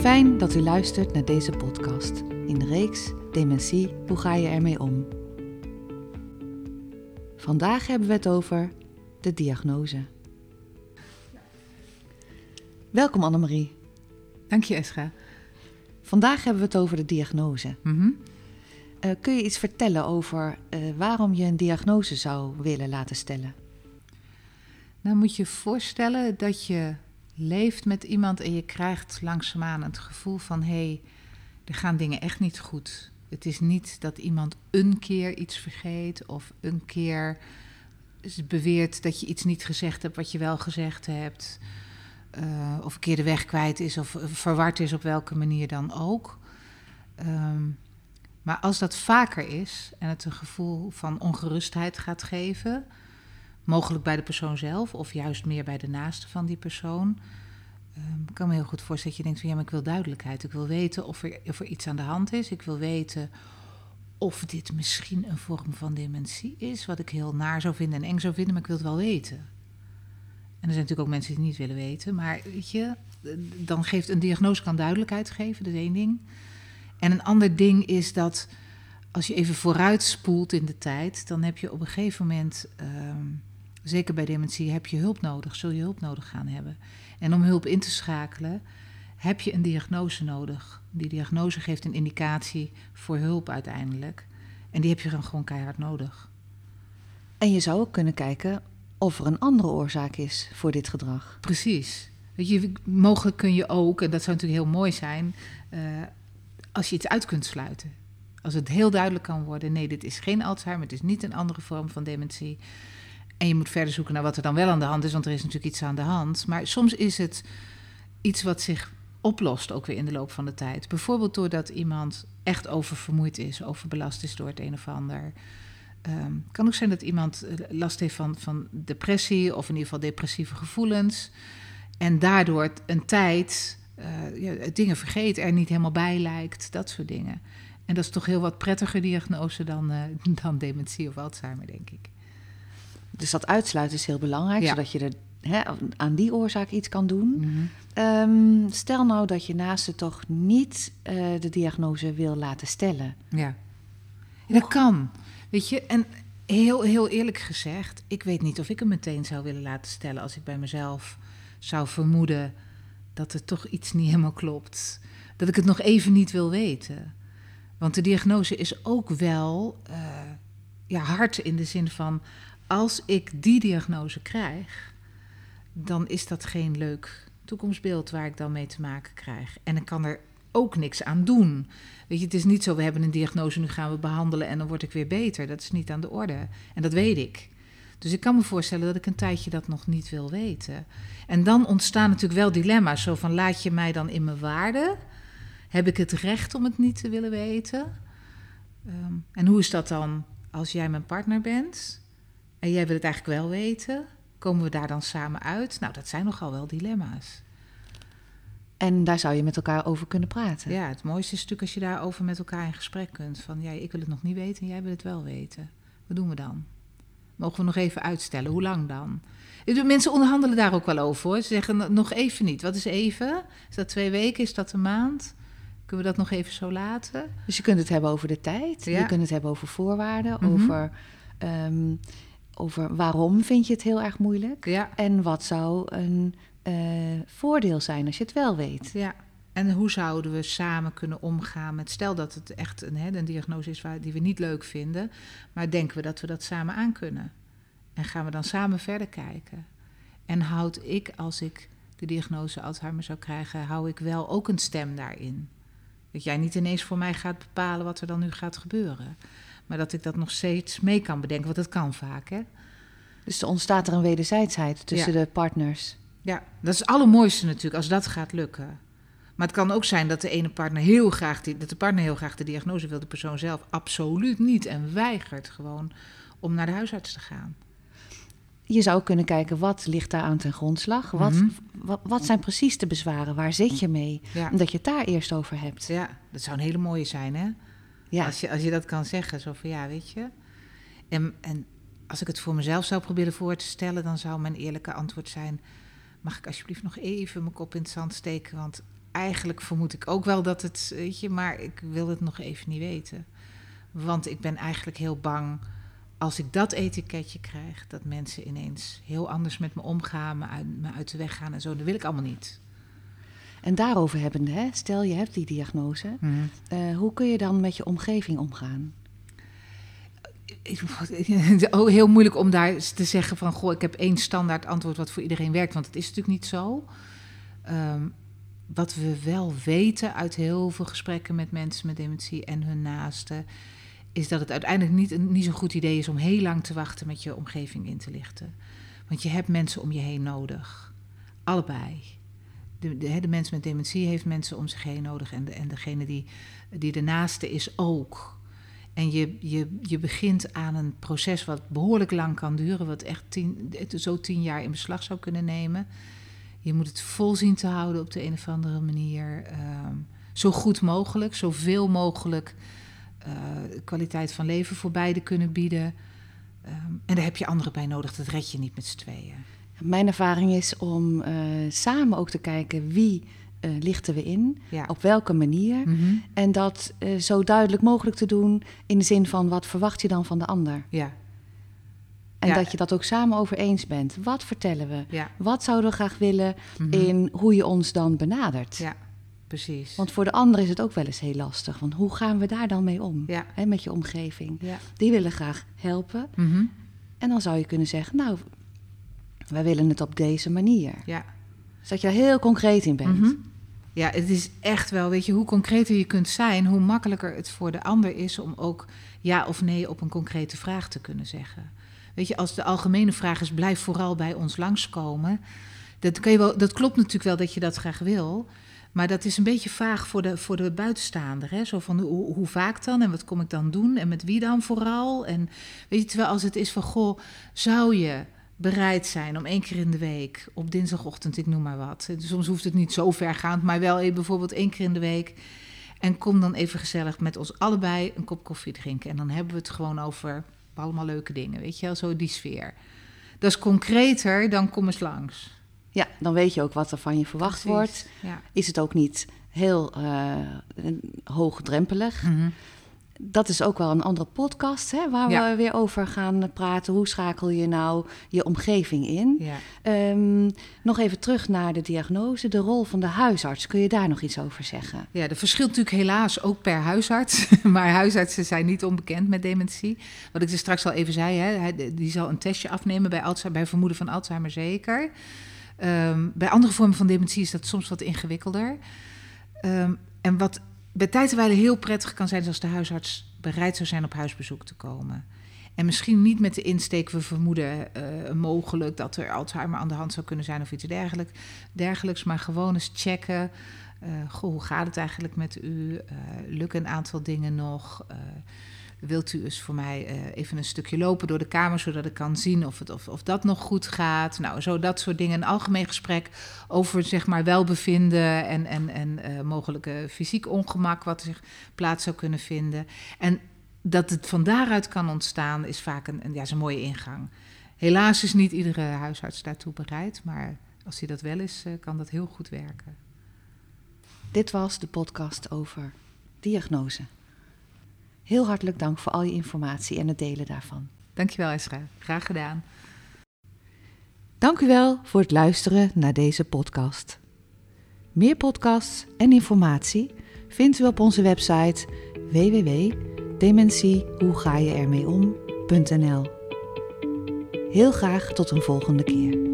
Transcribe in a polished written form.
Fijn dat u luistert naar deze podcast in de reeks Dementie, hoe ga je ermee om? Vandaag hebben we het over de diagnose. Welkom Annemarie. Dank je, Esra. Vandaag hebben we het over de diagnose. Kun je iets vertellen over waarom je een diagnose zou willen laten stellen? Nou moet je je voorstellen dat je leeft met iemand en je krijgt langzaamaan het gevoel van... hé, er gaan dingen echt niet goed. Het is niet dat iemand een keer iets vergeet of een keer beweert dat je iets niet gezegd hebt wat je wel gezegd hebt... of een keer de weg kwijt is of verward is op welke manier dan ook. Maar als dat vaker is en het een gevoel van ongerustheid gaat geven... mogelijk bij de persoon zelf of juist meer bij de naaste van die persoon... ik kan me heel goed voorstellen dat je denkt van... ja, maar ik wil duidelijkheid. Ik wil weten of er iets aan de hand is. Ik wil weten of dit misschien een vorm van dementie is... wat ik heel naar zou vinden en eng zou vinden, maar ik wil het wel weten... En er zijn natuurlijk ook mensen die het niet willen weten. Maar weet je, dan geeft een diagnose kan duidelijkheid geven, dat is één ding. En een ander ding is dat als je even vooruit spoelt in de tijd... dan heb je op een gegeven moment, zeker bij dementie, heb je hulp nodig. Zul je hulp nodig gaan hebben. En om hulp in te schakelen heb je een diagnose nodig. Die diagnose geeft een indicatie voor hulp uiteindelijk. En die heb je dan gewoon keihard nodig. En je zou ook kunnen kijken... of er een andere oorzaak is voor dit gedrag. Precies. Weet je, mogelijk kun je ook, en dat zou natuurlijk heel mooi zijn... als je iets uit kunt sluiten. Als het heel duidelijk kan worden... nee, dit is geen Alzheimer, het is niet een andere vorm van dementie. En je moet verder zoeken naar wat er dan wel aan de hand is... want er is natuurlijk iets aan de hand. Maar soms is het iets wat zich oplost ook weer in de loop van de tijd. Bijvoorbeeld doordat iemand echt oververmoeid is... overbelast is door het een of ander... Het kan ook zijn dat iemand last heeft van depressie... of in ieder geval depressieve gevoelens... en daardoor een tijd dingen vergeet, er niet helemaal bij lijkt... dat soort dingen. En dat is toch heel wat prettiger diagnose dan dementie of Alzheimer, denk ik. Dus dat uitsluiten is heel belangrijk... Ja. zodat je aan die oorzaak iets kan doen. Mm-hmm. Stel nou dat je naaste toch niet de diagnose wil laten stellen. Ja, dat kan... Weet je, en heel eerlijk gezegd... ik weet niet of ik hem meteen zou willen laten stellen... als ik bij mezelf zou vermoeden... dat er toch iets niet helemaal klopt. Dat ik het nog even niet wil weten. Want de diagnose is ook wel hard in de zin van... als ik die diagnose krijg... dan is dat geen leuk toekomstbeeld waar ik dan mee te maken krijg. En ik kan er ook niks aan doen... Weet je, het is niet zo, we hebben een diagnose, nu gaan we behandelen en dan word ik weer beter. Dat is niet aan de orde. En dat weet ik. Dus ik kan me voorstellen dat ik een tijdje dat nog niet wil weten. En dan ontstaan natuurlijk wel dilemma's. Zo van, laat je mij dan in mijn waarde? Heb ik het recht om het niet te willen weten? En hoe is dat dan als jij mijn partner bent? En jij wil het eigenlijk wel weten? Komen we daar dan samen uit? Nou, dat zijn nogal wel dilemma's. En daar zou je met elkaar over kunnen praten. Ja, het mooiste is natuurlijk als je daarover met elkaar in gesprek kunt. Van, ja, ik wil het nog niet weten en jij wil het wel weten. Wat doen we dan? Mogen we nog even uitstellen? Hoe lang dan? Mensen onderhandelen daar ook wel over, hoor. Ze zeggen nog even niet. Wat is even? Is dat 2 weken? Is dat een maand? Kunnen we dat nog even zo laten? Dus je kunt het hebben over de tijd. Ja. Je kunt het hebben over voorwaarden. Mm-hmm. Over waarom vind je het heel erg moeilijk. Ja. En wat zou een voordeel zijn als je het wel weet. Ja. En hoe zouden we samen kunnen omgaan met... stel dat het echt een diagnose is die we niet leuk vinden... maar denken we dat we dat samen aan kunnen? En gaan we dan samen verder kijken? En houd ik, als ik de diagnose Alzheimer zou krijgen... hou ik wel ook een stem daarin? Dat jij niet ineens voor mij gaat bepalen wat er dan nu gaat gebeuren... maar dat ik dat nog steeds mee kan bedenken, want dat kan vaak, hè? Dus er ontstaat er een wederzijdsheid tussen de partners. Ja, dat is het allermooiste natuurlijk, als dat gaat lukken. Maar het kan ook zijn dat de partner heel graag de diagnose wil, de persoon zelf absoluut niet en weigert gewoon om naar de huisarts te gaan. Je zou kunnen kijken, wat ligt daar aan ten grondslag? Wat zijn precies de bezwaren? Waar zit je mee? Ja. Omdat je het daar eerst over hebt. Ja, dat zou een hele mooie zijn, hè? Ja. Als je dat kan zeggen, zo van ja, weet je. En als ik het voor mezelf zou proberen voor te stellen, dan zou mijn eerlijke antwoord zijn... mag ik alsjeblieft nog even mijn kop in het zand steken, want eigenlijk vermoed ik ook wel dat het, weet je, maar ik wil het nog even niet weten. Want ik ben eigenlijk heel bang, als ik dat etiketje krijg, dat mensen ineens heel anders met me omgaan, me uit de weg gaan en zo. Dat wil ik allemaal niet. En daarover hebbende, hè? Stel je hebt die diagnose, hoe kun je dan met je omgeving omgaan? Heel moeilijk om daar te zeggen van, goh, ik heb 1 standaard antwoord wat voor iedereen werkt, want het is natuurlijk niet zo. Wat we wel weten uit heel veel gesprekken met mensen met dementie en hun naasten, is dat het uiteindelijk niet zo'n goed idee is om heel lang te wachten met je omgeving in te lichten. Want je hebt mensen om je heen nodig. Allebei. De mens met dementie heeft mensen om zich heen nodig en degene die de naaste is ook. En je begint aan een proces wat behoorlijk lang kan duren, wat echt 10 jaar in beslag zou kunnen nemen. Je moet het vol zien te houden op de een of andere manier. Zo goed mogelijk, zoveel mogelijk kwaliteit van leven voor beide kunnen bieden. En daar heb je anderen bij nodig, dat red je niet met z'n tweeën. Mijn ervaring is om samen ook te kijken wie lichten we in, op welke manier. Mm-hmm. En dat zo duidelijk mogelijk te doen in de zin van wat verwacht je dan van de ander. Ja. En dat je dat ook samen over eens bent. Wat vertellen we? Ja. Wat zouden we graag willen in hoe je ons dan benadert? Ja, precies. Want voor de ander is het ook wel eens heel lastig. Want hoe gaan we daar dan mee om? Ja. Hè, met je omgeving. Ja. Die willen graag helpen. Mm-hmm. En dan zou je kunnen zeggen, nou, wij willen het op deze manier. Ja. Zodat je er heel concreet in bent. Mm-hmm. Ja, het is echt wel, weet je, hoe concreter je kunt zijn, hoe makkelijker het voor de ander is om ook ja of nee op een concrete vraag te kunnen zeggen. Weet je, als de algemene vraag is, blijf vooral bij ons langskomen. Dat klopt natuurlijk wel dat je dat graag wil. Maar dat is een beetje vaag voor de buitenstaander. Hè? Zo van, hoe vaak dan? En wat kom ik dan doen? En met wie dan vooral? En weet je, terwijl als het is van, goh, zou je bereid zijn om 1 keer in de week, op dinsdagochtend, ik noem maar wat. Soms hoeft het niet zo vergaand, maar wel bijvoorbeeld 1 keer in de week. En kom dan even gezellig met ons allebei een kop koffie drinken. En dan hebben we het gewoon over allemaal leuke dingen, weet je wel, zo die sfeer. Dat is concreter dan kom eens langs. Ja, dan weet je ook wat er van je verwacht wordt. Ja. Is het ook niet heel hoogdrempelig. Mm-hmm. Dat is ook wel een andere podcast, hè, waar we weer over gaan praten. Hoe schakel je nou je omgeving in? Ja. Nog even terug naar de diagnose. De rol van de huisarts. Kun je daar nog iets over zeggen? Ja, dat verschilt natuurlijk helaas ook per huisarts. Maar huisartsen zijn niet onbekend met dementie. Wat ik dus straks al even zei, hè, die zal een testje afnemen bij vermoeden van Alzheimer zeker. Bij andere vormen van dementie is dat soms wat ingewikkelder. En wat bij tijd en wijle heel prettig kan zijn, is als de huisarts bereid zou zijn op huisbezoek te komen. En misschien niet met de insteek, we vermoeden mogelijk dat er Alzheimer aan de hand zou kunnen zijn of iets dergelijks, maar gewoon eens checken. Goh, hoe gaat het eigenlijk met u? Lukken een aantal dingen nog? Wilt u eens voor mij even een stukje lopen door de kamer, zodat ik kan zien of dat nog goed gaat? Nou, zo dat soort dingen. Een algemeen gesprek over, zeg maar, welbevinden en mogelijke fysiek ongemak wat zich plaats zou kunnen vinden. En dat het van daaruit kan ontstaan, is vaak is een mooie ingang. Helaas is niet iedere huisarts daartoe bereid, maar als hij dat wel is, kan dat heel goed werken. Dit was de podcast over diagnose. Heel hartelijk dank voor al je informatie en het delen daarvan. Dankjewel, Esra. Graag gedaan. Dank u wel voor het luisteren naar deze podcast. Meer podcasts en informatie vindt u op onze website www.dementiehoegajeermeeom.nl. Heel graag tot een volgende keer.